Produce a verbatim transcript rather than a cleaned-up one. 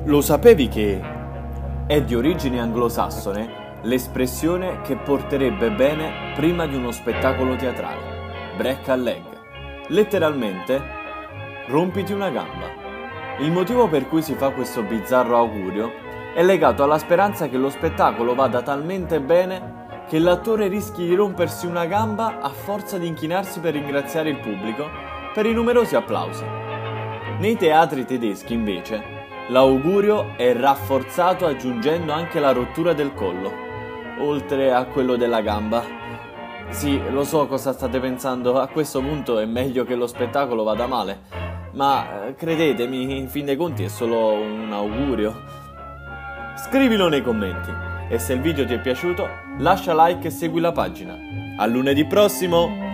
Lo sapevi che è di origine anglosassone l'espressione che porterebbe bene prima di uno spettacolo teatrale? Break a leg. Letteralmente, rompiti una gamba. Il motivo per cui si fa questo bizzarro augurio è legato alla speranza che lo spettacolo vada talmente bene che l'attore rischi di rompersi una gamba a forza di inchinarsi per ringraziare il pubblico per i numerosi applausi. Nei teatri tedeschi, invece, l'augurio è rafforzato aggiungendo anche la rottura del collo, oltre a quello della gamba. Sì, lo so cosa state pensando, a questo punto è meglio che lo spettacolo vada male, ma eh, credetemi, in fin dei conti è solo un augurio. Scrivilo nei commenti e se il video ti è piaciuto lascia like e segui la pagina. A lunedì prossimo!